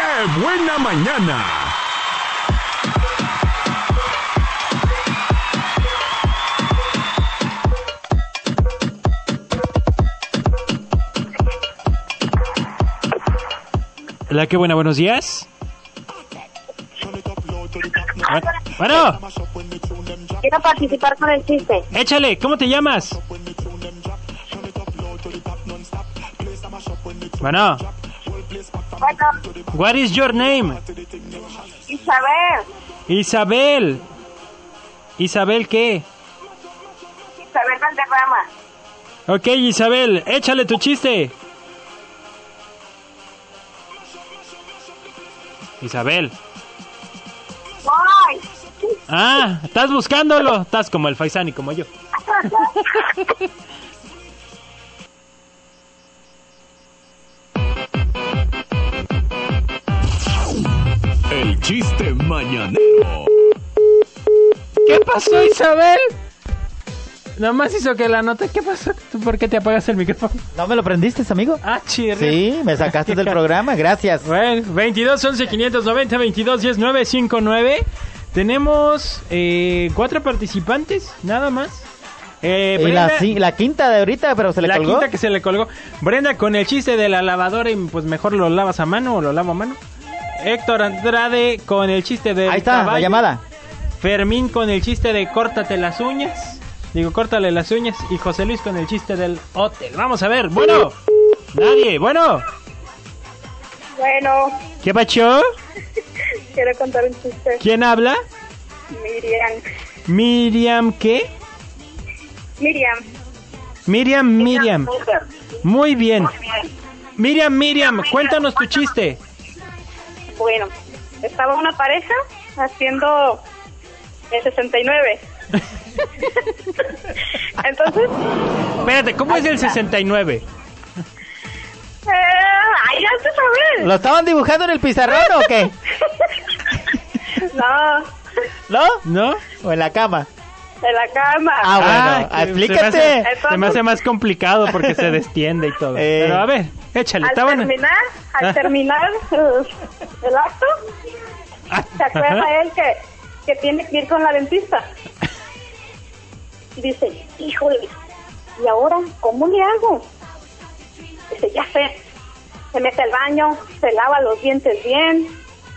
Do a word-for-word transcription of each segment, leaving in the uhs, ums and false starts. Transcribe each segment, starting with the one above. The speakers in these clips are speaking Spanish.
¡Qué buena mañana! Hola, qué buena, buenos días. Bueno. Quiero participar con el chiste. Échale, ¿cómo te llamas? Bueno. Bueno. What is your name? Isabel. Isabel. ¿Isabel qué? Isabel Valderrama. Ok, Isabel, échale tu chiste. Isabel. ¡Ay! Ah, estás buscándolo. Estás como el Faisán y como yo. El chiste mañanero. ¿Qué pasó, Isabel? Nomás hizo que la nota. ¿Qué pasó? ¿Tú por qué te apagas el micrófono? ¿No me lo prendiste, amigo? Ah, chirri. Sí, me sacaste del programa, gracias. Bueno, veintidós once quinientos noventa veintidós diez nueve cinco nueve. Tenemos eh, cuatro participantes, nada más. Eh, y Brenda, la, sí, la quinta de ahorita, pero se le la colgó. quinta que se le colgó. Brenda con el chiste de la lavadora y pues mejor lo lavas a mano o lo lavo a mano. Héctor Andrade con el chiste de Ahí está, la llamada. Fermín con el chiste de córtate las uñas. Digo, córtale las uñas. Y José Luis con el chiste del hotel. Vamos a ver. Bueno. Nadie. Bueno. Bueno. ¿Qué pacho? Quiero contar un chiste. ¿Quién habla? Miriam. Miriam, ¿qué? Miriam. Miriam, Miriam. Muy bien. Muy bien. Miriam, Miriam, cuéntanos tu chiste. Bueno, estaba una pareja haciendo el sesenta y nueve. Entonces... Espérate, ¿cómo es el sesenta y nueve? Eh, ay, ya se sabe. ¿Lo estaban dibujando en el pizarrón o qué? No. ¿No? ¿No? ¿O en la cama? En la cama. Ah, bueno, Ah, que explícate. Se me, hace, Entonces- se me hace más complicado porque se destiende y todo. Eh. Pero a ver, échale. Al está buena. terminar, al terminar el, el acto, se acuerda él que, que tiene que ir con la dentista. Y dice, híjole, ¿y ahora cómo le hago? Dice, ya sé, se mete al baño, se lava los dientes bien,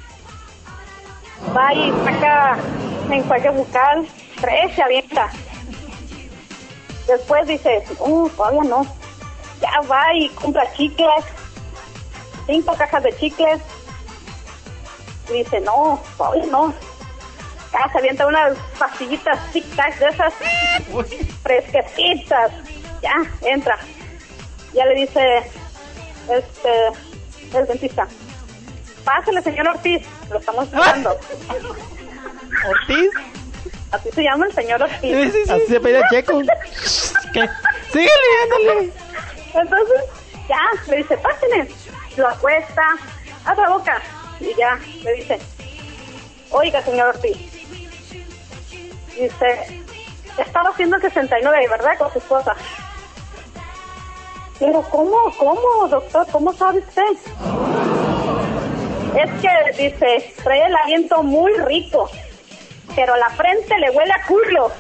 va y saca enjuague bucal, tres, se avienta. Después dice, uh, todavía no. Ya va y compra chicles, cinco cajas de chicles. Y dice, no, todavía no. Ya se avienta unas pastillitas tic-tac de esas fresquecitas. Ya, entra. Ya le dice este el dentista, pásale, señor Ortiz, lo estamos esperando. ¿Ortiz? Así se llama el señor Ortiz. Sí, sí, sí. Así se pide Checo. ¿Qué? Síguele, ándale. Entonces, ya, le dice, pásale. Lo acuesta, abre la boca. Y ya, le dice, oiga, señor Ortiz. Dice, estaba haciendo sesenta y nueve, ¿verdad? Con su esposa. Pero, ¿cómo? ¿Cómo, doctor? ¿Cómo sabe usted? Es que, dice, trae el aliento muy rico, pero la frente le huele a culo.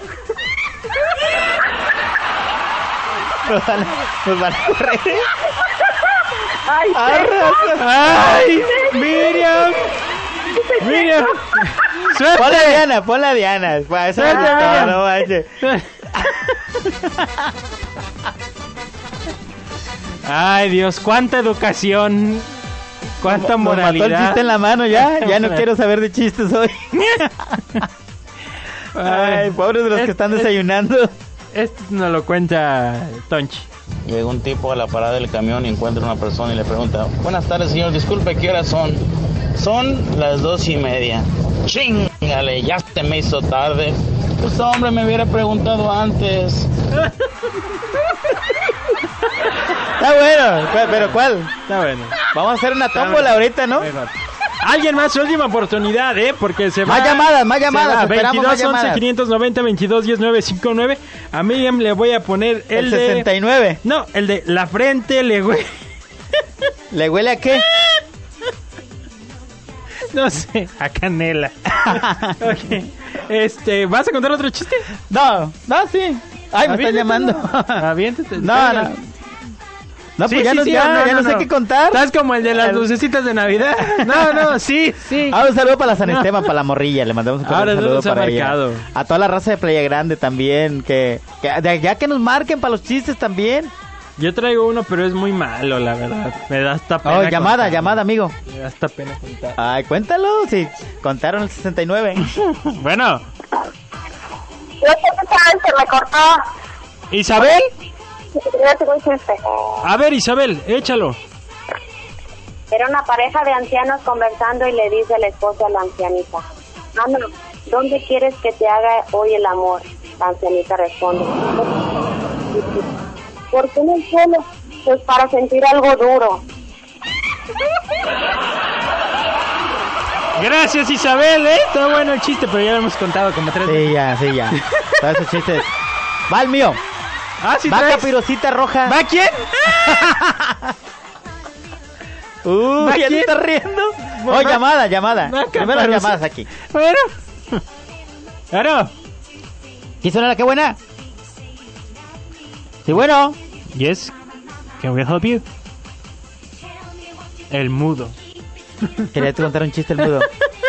Nos van, nos van a correr. ¡Ay, ¡Ay! ¡Miriam! ¡Miriam! ¡Suerte! Ponle a Diana, ponle a Diana. Pa, eso Suerte, no, Miriam. no manches. Ay, Dios, cuánta educación, cuánta Nos mató el moralidad. chiste en la mano ya. Ya no quiero saber de chistes hoy. Ay, pobres de los que están desayunando. Esto nos lo cuenta Tonchi. Llega un tipo a la parada del camión y encuentra una persona y le pregunta, buenas tardes, señor, disculpe, ¿qué horas son? Son las dos y media. Chíngale, ya se me hizo tarde. Pues hombre, me hubiera preguntado antes. Está bueno, ¿cuál- pero ¿cuál? Está bueno. Vamos a hacer una Está tómbola bueno. ahorita, ¿no? Mejor. Alguien más, última oportunidad, ¿eh? Porque se va... Más llamadas, más se llamadas, va. esperamos más veintidós once llamadas. quinientos noventa veintidós diez nueve cinco nueve. A Miriam le voy a poner el, El de... sesenta y nueve. No, el de la frente le güey. ¿Le huele a qué? No sé, a canela. Ok. Este, ¿vas a contar otro chiste? No, no, sí. Ay, me están llamando. Aviéntate. No, no. No, Sí, pues ya sí, no, sí, ya, no, ya no, no, sé no. qué contar. Estás como el de las El- lucecitas de Navidad. No, no, sí, sí. Ah, un saludo para la San Esteban, para la morrilla. Le mandamos un Ahora no saludo nos ha para ella. marcado. A toda la raza de Playa Grande también. Que, que de allá que nos marquen para los chistes también. Yo traigo uno, pero es muy malo, la verdad. Me da hasta pena. Oh, llamada, contarlo. llamada, amigo. Me da hasta pena contar. Ay, cuéntalo. Sí, contaron el sesenta y nueve. Bueno, Yo sé que sabes, se me cortó. Isabel. Yo tengo un chiste. A ver, Isabel, échalo. Era una pareja de ancianos conversando y le dice la esposa a la ancianita: Ana, ¿dónde quieres que te haga hoy el amor? La ancianita responde: ¿por qué en el suelo? Pues para sentir algo duro. Gracias, Isabel, ¿eh? Está bueno el chiste, pero ya lo hemos contado como tres veces. Sí, ya, sí, ya. Todos esos chistes. Va el mío. Ah, sí, Va traes. Capirucita Roja. ¿Va quién? Uh, ¿Va ya te quién? estás riendo. Va- Oh, llamada, llamada. Va Primero las Caperucita. llamadas aquí. Bueno. Claro. ¿Quién suena la que buena? Sí, bueno. Yes. Can we help you? El mudo. Quería te contar un chiste el mudo.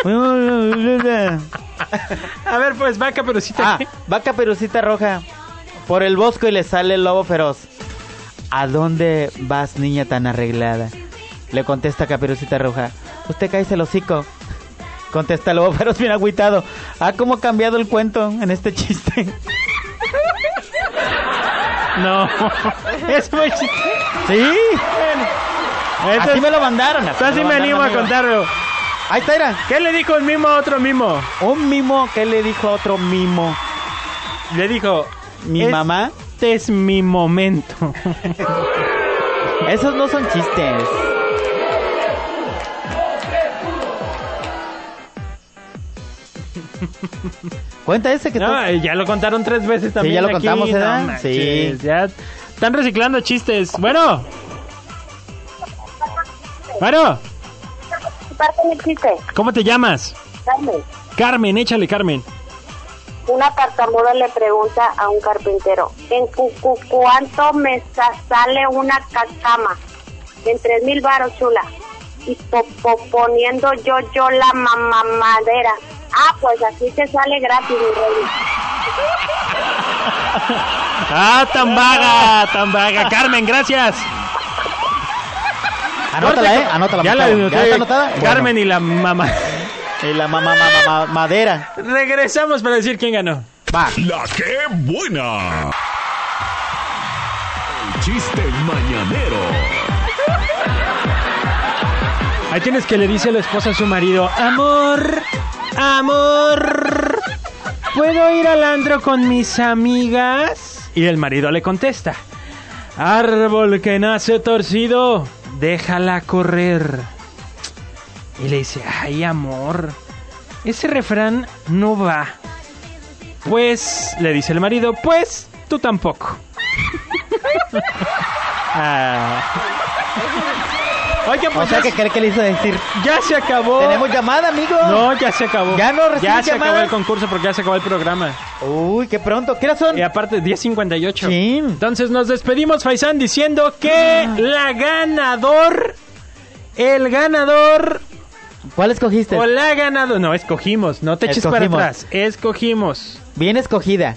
A ver, pues, va Caperucita. Ah, va Caperucita Roja por el bosque y le sale el lobo feroz. ¿A dónde vas, niña tan arreglada? Le contesta Caperucita Roja. Usted cállese el hocico. Contesta el lobo feroz bien agüitado. Ah, ¿cómo ha cambiado el cuento en este chiste? No. ¿Es buen chiste? ¿Sí? Entonces, Así me lo mandaron. así así lo me mandaron, animo a amigo. contarlo. Ahí está, era. ¿Qué le dijo un mimo a otro mimo? Un mimo que le dijo a otro mimo. Le dijo: Mi "Es- mamá. Este es mi momento. Esos no son chistes. Cuenta ese que tú. No, eh, ya lo contaron tres veces también. ya lo aquí, contamos, no ¿verdad? manches, Sí. Ya están reciclando chistes. Bueno. Bueno, Compárteme el chiste. ¿cómo te llamas? Carmen. Carmen, échale, Carmen. Una tartamuda le pregunta a un carpintero: ¿en cu cu cuánto me sa- sale una cama? En tres mil varos, chula. Y po po poniendo yo yo la mamá madera. Ah, pues así te sale gratis, mi rey. Ah, tan vaga, tan vaga. Carmen, gracias. Anótala, eh. Anótala. Ya la Gustavo. anoté. ¿Ya está anotada? Carmen y la mamá. Bueno. Y la mamá, mamá, mamá, madera. Regresamos para decir quién ganó. Va. La que buena. El chiste mañanero. Ahí tienes que le dice la esposa a su marido: Amor, amor, ¿puedo ir al antro con mis amigas? Y el marido le contesta: árbol que nace torcido, déjala correr. Y le dice: ay, amor, ese refrán no va. Pues, le dice el marido, pues, tú tampoco. Ah. Oiga, O pues sea, ya, ¿qué cree que le hizo decir? ya se acabó. ¿Tenemos llamada, amigo? No, ya se acabó. ¿Ya no recibes Ya se acabó llamadas? el concurso porque ya se acabó el programa. Uy, qué pronto. ¿Qué horas son? Y aparte, diez cincuenta y ocho. Chin. Entonces nos despedimos, Faisán, diciendo que la ganador, el ganador ¿Cuál escogiste? o la ganadora, no, escogimos, no te eches para Escogimos. atrás, escogimos. Bien escogida.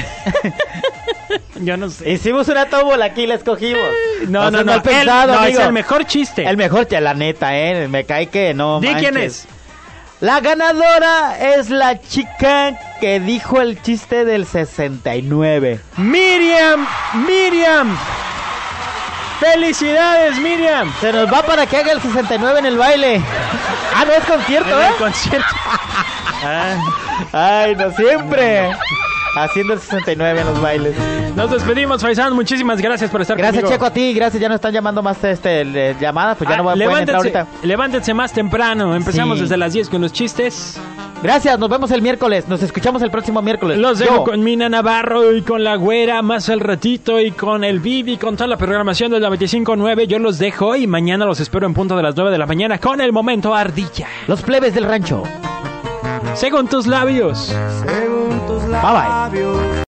Yo no sé. Hicimos una tómbola aquí y la escogimos. No, seas no, no, mal pensado, el, no, amigo. es el mejor chiste. El mejor, la neta, eh. Me cae que no. Di manches. quién es. La ganadora es la chica que dijo el chiste del sesenta y nueve. Miriam, Miriam. Felicidades, Miriam. Se nos va para que haga el sesenta y nueve en el baile. Ah, no es concierto, En ¿eh? el concierto. Ah. Ay, no siempre. Haciendo el sesenta y nueve en los bailes. Nos despedimos, Faisán. Muchísimas gracias por estar Gracias, conmigo. Checo, a ti. Gracias, ya nos están llamando más este, eh, llamadas. Pues ya Ah, no pueden entrar levántense, ahorita. levántense más temprano. Empezamos Sí. desde las diez con los chistes. Gracias, nos vemos el miércoles. Nos escuchamos el próximo miércoles. Los dejo Yo. con Mina Navarro y con la güera más al ratito y con el Vivi, con toda la programación del noventa y cinco punto nueve. Yo los dejo y mañana los espero en punto de las nueve de la mañana con el Momento Ardilla. Los plebes del rancho. Según tus labios. Bye bye.